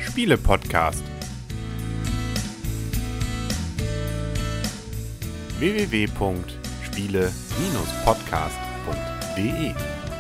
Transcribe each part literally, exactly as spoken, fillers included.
Spiele-Podcast. w w w punkt spiele Bindestrich podcast punkt de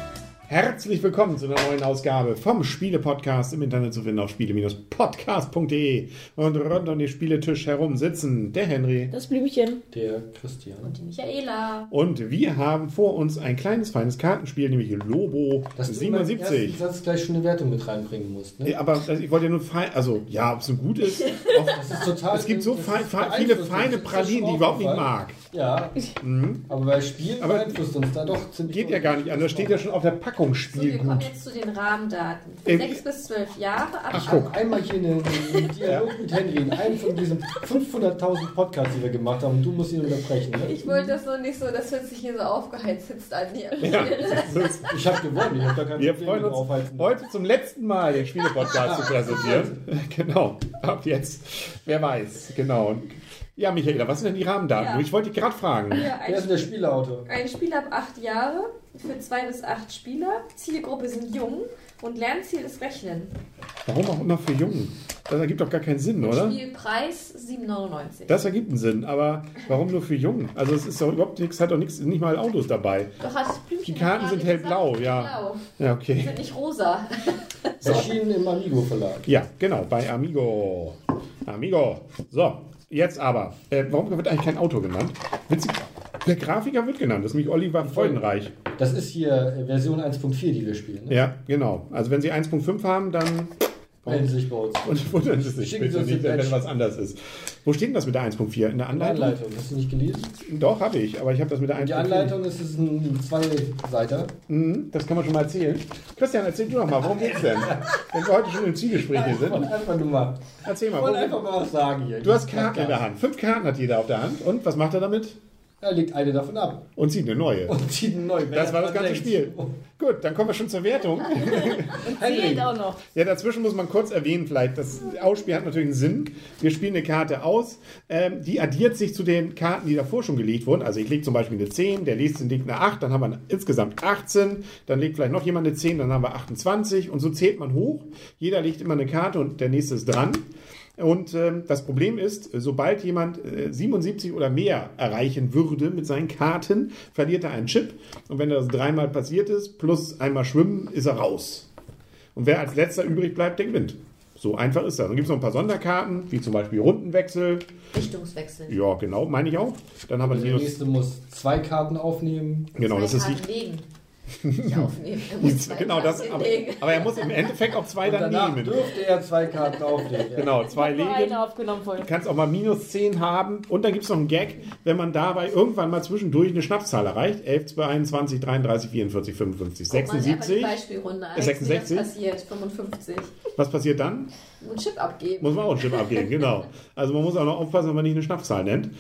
Herzlich willkommen zu einer neuen Ausgabe vom Spiele-Podcast, im Internet zu finden auf spiele Bindestrich podcast punkt de. Und rund um den Spieletisch herum sitzen der Henry, das Blümchen, der Christian und die Michaela. Und wir haben vor uns ein kleines, feines Kartenspiel, nämlich Lobo Dass siebenundsiebzig. du im ersten Satz gleich schon eine Wertung mit reinbringen musst. Ne? Ja, aber also, ich wollte ja nur fein, also ja, ob es so gut ist. Auch, Das ist total, es gibt so das fein, ist fein, viele beeinflusst feine uns. Pralinen, die ich überhaupt nicht mag. Ja, Mhm. aber bei Spielen Aber beeinflusst uns da doch ziemlich. Geht ja gar nicht an, das steht ja schon auf der Packung, So, Spiel wir kommen gut. jetzt zu den Rahmendaten. Äh, sechs bis zwölf Jahre. Ab Ach, Ich guck. habe einmal hier einen, einen Dialog mit Henry in einem von diesen fünfhunderttausend Podcasts, die wir gemacht haben, und du musst ihn unterbrechen. Ne? Ich wollte das noch nicht so, das hört sich hier so aufgeheizt sitzt an dir. Ja, das ist, Ich habe gewonnen, ich habe da kein wir Problem freuen mit uns aufheizen. heute zum letzten Mal den Spiele-Podcast zu präsentieren. Genau, ab jetzt, wer weiß, genau. Ja, Michaela, was sind denn die Rahmendaten? Ja. Ich wollte dich gerade fragen. Ja, Wer ist ein, denn der Spielautor? ein Spiel ab acht Jahre für zwei bis acht Spieler. Zielgruppe sind jung und Lernziel ist Rechnen. Warum auch immer für Jungen? Das ergibt doch gar keinen Sinn, oder? Spielpreis sieben neunundneunzig. Das ergibt einen Sinn, aber warum nur für Jungen? Also es ist doch überhaupt nichts, hat doch nichts, nicht mal Autos dabei. Doch hat das Blümchen Die Karten gerade sind hellblau, gesagt, ja. Blau. Ja, Die okay. sind nicht rosa. Erschienen im Amigo Verlag. Ja, genau, bei Amigo. Amigo. So, jetzt aber. Äh, warum wird eigentlich kein Auto genannt? Witzig. Der Grafiker wird genannt, das ist nämlich Oliver Freudenreich. Das ist hier äh, Version eins Punkt vier, die wir spielen. Ne? Ja, genau. Also wenn Sie eins Punkt fünf haben, dann Melden Sie sich bei uns. und wundern Sie sich Schicken Sie bitte uns nicht, den wenn Badge. was anders ist. Wo steht denn das mit der eins Punkt vier? In der Die Anleitung? Anleitung, hast du nicht gelesen? Doch, habe ich, aber ich habe das mit der eins Die Punkt vier. Anleitung ist es ein Zwei-Seiter. Mhm, das kann man schon mal erzählen. Christian, erzähl du doch mal, worum geht's denn? Wenn wir heute schon im Zielgespräch hier sind. Einfach nur mal. Erzähl mal. Ich wollte Worum einfach mal was sagen hier. du hast Karten in der Hand. Fünf Karten hat jeder auf der Hand. Und was macht er damit? Er legt eine davon ab Und zieht eine neue. und zieht einen neuen. Das war das ganze Spiel. Gut, dann kommen wir schon zur Wertung. Zählt auch noch. Ja, dazwischen muss man kurz erwähnen, vielleicht, das Ausspiel hat natürlich einen Sinn. Wir spielen eine Karte aus, ähm, die addiert sich zu den Karten, die davor schon gelegt wurden. Also ich lege zum Beispiel eine zehn, der nächste legt eine acht, dann haben wir insgesamt achtzehn, dann legt vielleicht noch jemand eine zehn, dann haben wir achtundzwanzig und so zählt man hoch. Jeder legt immer eine Karte und der nächste ist dran. Und ähm, das Problem ist, sobald jemand äh, siebenundsiebzig oder mehr erreichen würde mit seinen Karten, verliert er einen Chip. Und wenn das dreimal passiert ist, plus einmal schwimmen, ist er raus. Und wer als letzter übrig bleibt, der gewinnt. So einfach ist das. Dann gibt es noch ein paar Sonderkarten, wie zum Beispiel Rundenwechsel. Richtungswechsel. Ja, genau, meine ich auch. Dann haben wir Also der minus. nächste muss zwei Karten aufnehmen. Genau, Zwei das ist die. Karten legen. Nicht aufnehmen. Er muss zwei Genau, das, Karten aber, legen. aber er muss im Endeffekt auch zwei Und dann danach nehmen. dürfte er zwei Karten auflegen. Ja. Genau, zwei legen. Eine aufgenommen vorhin. Du kannst auch mal minus zehn haben. Und dann gibt es noch einen Gag, wenn man dabei irgendwann mal zwischendurch eine Schnapszahl erreicht. elf, zwei, einundzwanzig, dreiunddreißig, vierundvierzig, fünfundfünfzig, Guck mal, sechsundsiebzig. die Beispielrunde eins, sechsundsechzig. wie das passiert, fünfundfünfzig. Was passiert dann? Einen Chip abgeben. Muss man auch einen Chip abgeben, genau. Also man muss auch noch aufpassen, wenn man nicht eine Schnapszahl nennt.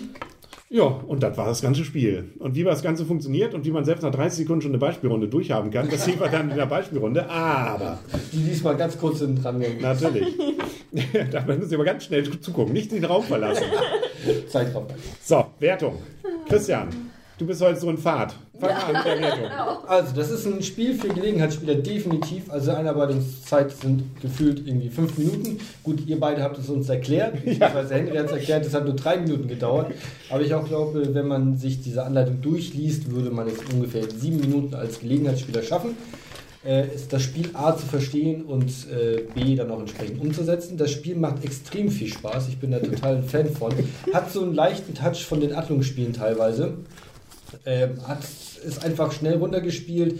Ja, und das war das ganze Spiel. Und wie das Ganze funktioniert und wie man selbst nach dreißig Sekunden schon eine Beispielrunde durchhaben kann, das sehen wir dann in der Beispielrunde. Aber, Die diesmal ganz kurz hinten dran gehen. natürlich, da müssen Sie aber ganz schnell zugucken, nicht den Raum verlassen. Zeit drauf. So, Wertung. Christian, du bist heute so in Fahrt. Fang mal an mit der Wertung. Also, das ist ein Spiel für Gelegenheitsspieler, definitiv. Also, Einarbeitungszeit sind gefühlt irgendwie fünf Minuten. Gut, ihr beide habt es uns erklärt. Beziehungsweise Henry hat es erklärt, es hat nur drei Minuten gedauert. Aber ich auch glaube, wenn man sich diese Anleitung durchliest, würde man es ungefähr in sieben Minuten als Gelegenheitsspieler schaffen. Äh, ist das Spiel A zu verstehen und äh, B dann auch entsprechend umzusetzen. Das Spiel macht extrem viel Spaß. Ich bin da total ein Fan von. Hat so einen leichten Touch von den Attlungsspielen teilweise. Ähm, hat, ist einfach schnell runtergespielt.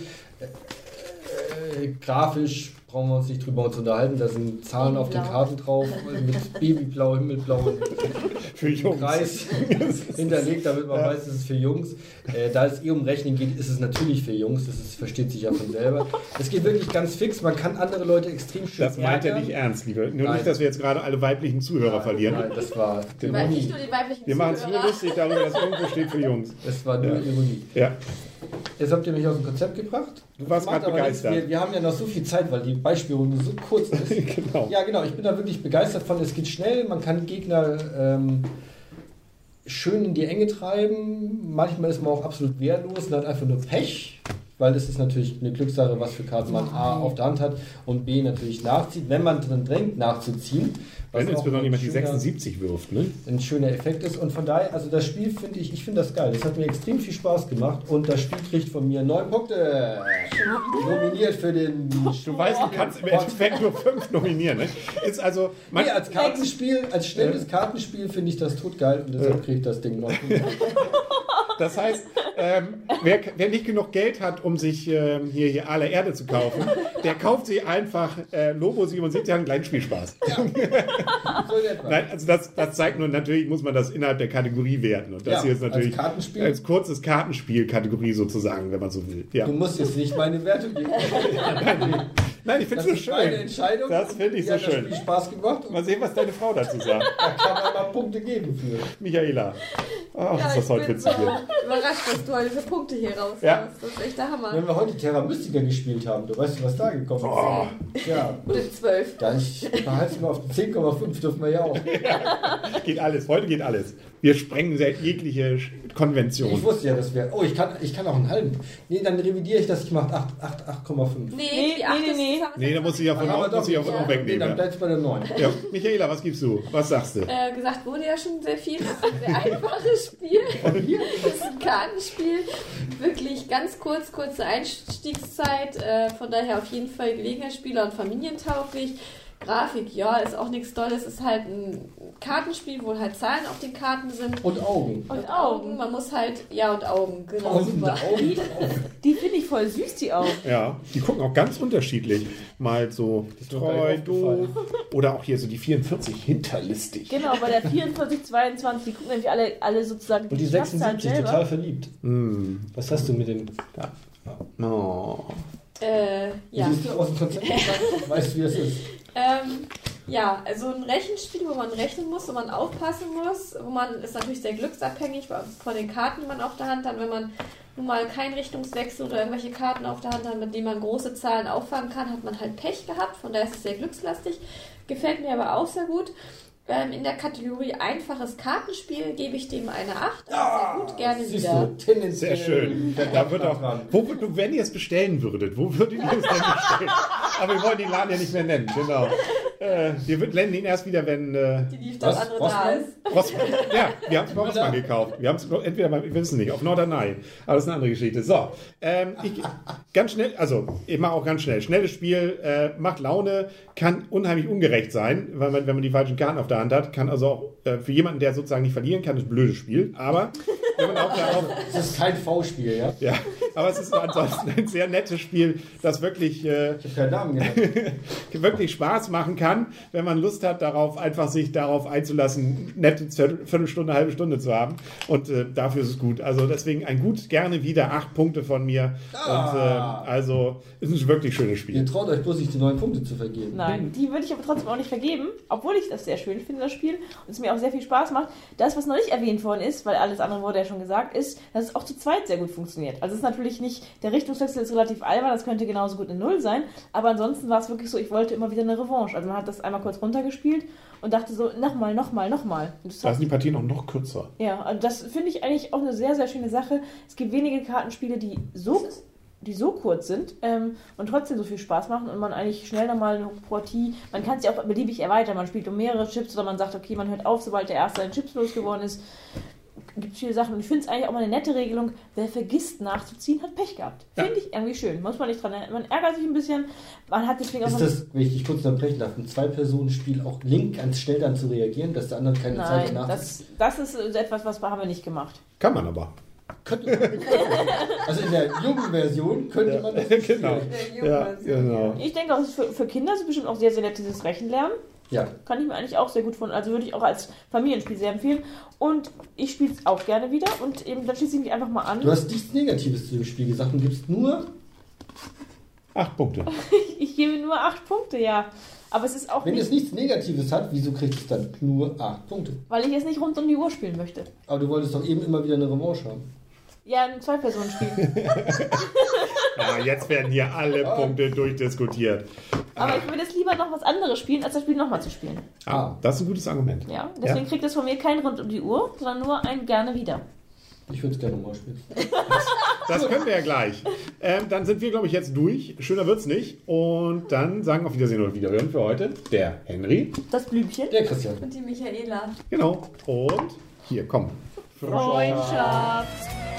Äh, äh, grafisch brauchen wir uns nicht drüber uns unterhalten. Da sind Zahlen auf den Karten drauf mit Babyblau, Himmelblau und Für Jungs. Kreis hinterlegt, damit man Ja. weiß, es ist für Jungs. Äh, da es eh um Rechnen geht, ist es natürlich für Jungs. Das ist, versteht sich ja von selber. Es geht wirklich ganz fix. Man kann andere Leute extrem schön Das meint er ärgern. nicht ernst, liebe. Nur Nein. nicht, dass wir jetzt gerade alle weiblichen Zuhörer Nein, verlieren. Nein, das war Weil Ironie. nicht nur die weiblichen Wir machen es nur Zuhörer. lustig darüber, dass irgendwo steht für Jungs. Das war nur Ja. Ironie. Ja. Jetzt habt ihr mich aus dem Konzept gebracht. Du warst Macht gerade aber nichts. begeistert. Wir, wir haben ja noch so viel Zeit, weil die Beispielrunde so kurz ist. Genau. Ja, genau. Ich bin da wirklich begeistert von. Es geht schnell. Man kann Gegner ähm, schön in die Enge treiben. Manchmal ist man auch absolut wehrlos und hat einfach nur Pech. weil es ist natürlich eine Glückssache, was für Karten man A auf der Hand hat und B natürlich nachzieht, wenn man dran drängt, nachzuziehen. Wenn insbesondere jemand die schöner, sechsundsiebzig wirft, ne? ein schöner Effekt ist. Und von daher, also das Spiel finde ich, ich finde das geil. Das hat mir extrem viel Spaß gemacht und das Spiel kriegt von mir neun Punkte. Nominiert für den... Du weißt, du kannst im Endeffekt nur fünf nominieren, ne? Ist also... Nee, als Kartenspiel, als schnelles Kartenspiel finde ich das totgeil und deshalb kriegt das Ding neun Punkte. Das heißt, ähm, wer, wer nicht genug Geld hat, um sich ähm, hier, hier alle Erde zu kaufen, der kauft sich einfach äh, Lobo siebenundsiebzig, hat einen kleinen Spielspaß. Ja. So Nein, also das, das zeigt nur, natürlich muss man das innerhalb der Kategorie werten. Und das ja, hier ist natürlich als, Kartenspiel. als kurzes Kartenspiel-Kategorie sozusagen, wenn man so will. Ja. Du musst jetzt nicht meine Wertung geben. Nein, Nein, ich finde es so schön. Meine Entscheidung. Das finde ich so schön. Hat Spaß gemacht. Mal sehen, was deine Frau dazu sagt. Da kann man mal Punkte geben für. Michaela. Ach, Ja, ist das ich heute bin so witzig hier. überrascht, dass du heute für Punkte hier raus hast. Ja. Das ist echt der Hammer. Wenn wir heute Terra Mystica gespielt haben, du weißt, was da gekommen ist. Oh. Ja. Oder zwölf. Dann behalte ich mal auf die zehn Komma fünf, dürfen wir ja auch. Geht alles, heute geht alles. Wir sprengen jegliche Konvention. Ich wusste ja, dass wir. Oh, ich kann, ich kann auch einen halben. Nee, dann revidiere ich das, ich mache acht Komma fünf. Nee, Nee, die acht nee, ist nee. zusammen- Nee, da muss ich ja von Aber auch, muss ich auch doch, von auch Nee, wegnehmen. dann Ja. bleibst du bei der neun. Ja. Michaela, was gibst du? Was sagst du? Äh, gesagt wurde ja schon sehr viel. Es ist ein sehr einfaches Spiel. Es ist ein Kartenspiel. Wirklich ganz kurz, kurze Einstiegszeit. Äh, von daher auf jeden Fall Gelegenheitsspieler und familientauglich. Grafik, ja, ist auch nichts Tolles. Es ist halt ein Kartenspiel, wo halt Zahlen auf den Karten sind. Und Augen. Und Augen. Man muss halt, ja, und Augen, genau, Und super. Augen. Die finde ich voll süß, die Augen. Ja, die gucken auch ganz unterschiedlich. Mal so mir treu, gar nicht doof. Oder auch hier so die vierundvierzig hinterlistig. Genau, bei der vierundvierzig, zweiundzwanzig, die gucken nämlich alle, alle sozusagen Und die Schnapszahlen sechsundsiebzig, total verliebt. Mm. Was hast du mit dem. Oh. Äh, ja. Siehst du aus dem Konzept? Weißt du, wie es ist? Ähm, ja, also ein Rechenspiel, wo man rechnen muss, wo man aufpassen muss, wo man ist natürlich sehr glücksabhängig von den Karten, die man auf der Hand hat. Wenn man nun mal keinen Richtungswechsel oder irgendwelche Karten auf der Hand hat, mit denen man große Zahlen auffangen kann, hat man halt Pech gehabt. Von daher ist es sehr glückslastig. Gefällt mir aber auch sehr gut. Ähm, in der Kategorie einfaches Kartenspiel gebe ich dem eine acht. Also sehr gut, gerne Siehst wieder. du, tendenziell. Sehr schön. Da wird auch, wo, wo, wenn ihr es bestellen würdet, wo würdet ihr es denn bestellen? Aber wir wollen den Laden ja nicht mehr nennen, genau. Äh, wir nennen ihn erst wieder, wenn... Äh, Die lief das Was? andere da Rossmann? ist. Rossmann. Ja, wir haben es bei Rossmann gekauft. Wir haben es entweder mal, wir wissen nicht, auf Norderney. Aber das ist eine andere Geschichte. So, ähm, ich, ganz schnell, also immer auch ganz schnell. Schnelles Spiel, äh, macht Laune, kann unheimlich ungerecht sein, weil man, wenn man die falschen Karten auf der Hand hat, kann also auch äh, für jemanden, der sozusagen nicht verlieren kann, das ein blödes Spiel. Aber wenn man auch, auch Es ist kein V-Spiel, ja? ja, aber es ist ansonsten ein sehr nettes Spiel, das wirklich, äh, Ich habe keinen Namen genannt. wirklich Spaß machen kann, wenn man Lust hat, darauf einfach sich darauf einzulassen, nette Viertel- Viertelstunde, halbe Stunde zu haben. Und äh, dafür ist es gut. Also deswegen ein gut, gerne wieder acht Punkte von mir. Ah. Und äh, also ist ein wirklich schönes Ihr Spiel. traut euch bloß nicht, die neun Punkte zu vergeben. Nein, die würde ich aber trotzdem auch nicht vergeben, obwohl ich das sehr schön finde, das Spiel, und es mir auch sehr viel Spaß macht. Das, was noch nicht erwähnt worden ist, weil alles andere wurde ja schon gesagt, ist, dass es auch zu zweit sehr gut funktioniert. Also es ist natürlich nicht, der Richtungswechsel ist relativ albern, das könnte genauso gut eine Null sein, aber ansonsten war es wirklich so, ich wollte immer wieder eine Revanche. Also man hat das einmal kurz runtergespielt und dachte so, nochmal, nochmal, nochmal. Und das Da hat- sind die Partien auch noch kürzer. Ja, also das finde ich eigentlich auch eine sehr, sehr schöne Sache. Es gibt wenige Kartenspiele, die so, die so kurz sind ähm, und trotzdem so viel Spaß machen und man eigentlich schnell nochmal eine Partie, man kann es ja auch beliebig erweitern, man spielt um mehrere Chips oder man sagt, okay, man hört auf, sobald der Erste seinen Chips losgeworden ist. Gibt viele Sachen und ich finde es eigentlich auch mal eine nette Regelung, wer vergisst nachzuziehen, hat Pech gehabt. Ja. Finde ich irgendwie schön. Muss man nicht dran erinnern. Man ärgert sich ein bisschen, man hat deswegen auch Ist noch das, wenn ich dich kurz unterbrechen darf, ein Zwei-Personen-Spiel auch link ganz schnell dann zu reagieren, dass der andere keine Zeit Nein, nach. das, das ist so etwas, was haben wir nicht gemacht. Kann man aber. Könnte man. Also in der jungen Version könnte man das. Genau. Der Ja, Junge. genau. Ich denke auch, es ist für, für Kinder ist es bestimmt auch sehr, sehr nett, dieses Rechenlernen. Ja. Kann ich mir eigentlich auch sehr gut von, also würde ich auch als Familienspiel sehr empfehlen. Und ich spiele es auch gerne wieder und eben dann schließe ich mich einfach mal an. Du hast nichts Negatives zu dem Spiel gesagt und gibst nur, Acht Punkte. Ich gebe nur acht Punkte, ja. Aber es ist auch wenn nicht, es nichts Negatives hat, wieso kriegt es dann nur acht Punkte? weil ich es nicht rund um die Uhr spielen möchte. Aber du wolltest doch eben immer wieder eine Revanche haben. Ja, ein Zwei-Personen-Spiel. Ja, jetzt werden hier alle Punkte durchdiskutiert. Aber ich würde jetzt lieber noch was anderes spielen, als das Spiel nochmal zu spielen. Ah, das ist ein gutes Argument. Ja, deswegen Ja. kriegt es von mir kein rund um die Uhr, sondern nur ein gerne wieder. Ich würde es gerne nochmal spielen. Das können wir ja gleich. Ähm, dann sind wir, glaube ich, jetzt durch. Schöner wird's nicht. Und dann sagen auf Wiedersehen und Wiederhören für heute der Henry. Das Blümchen. Der Christian. Und die Michaela. Genau. Und hier, komm. Freundschaft.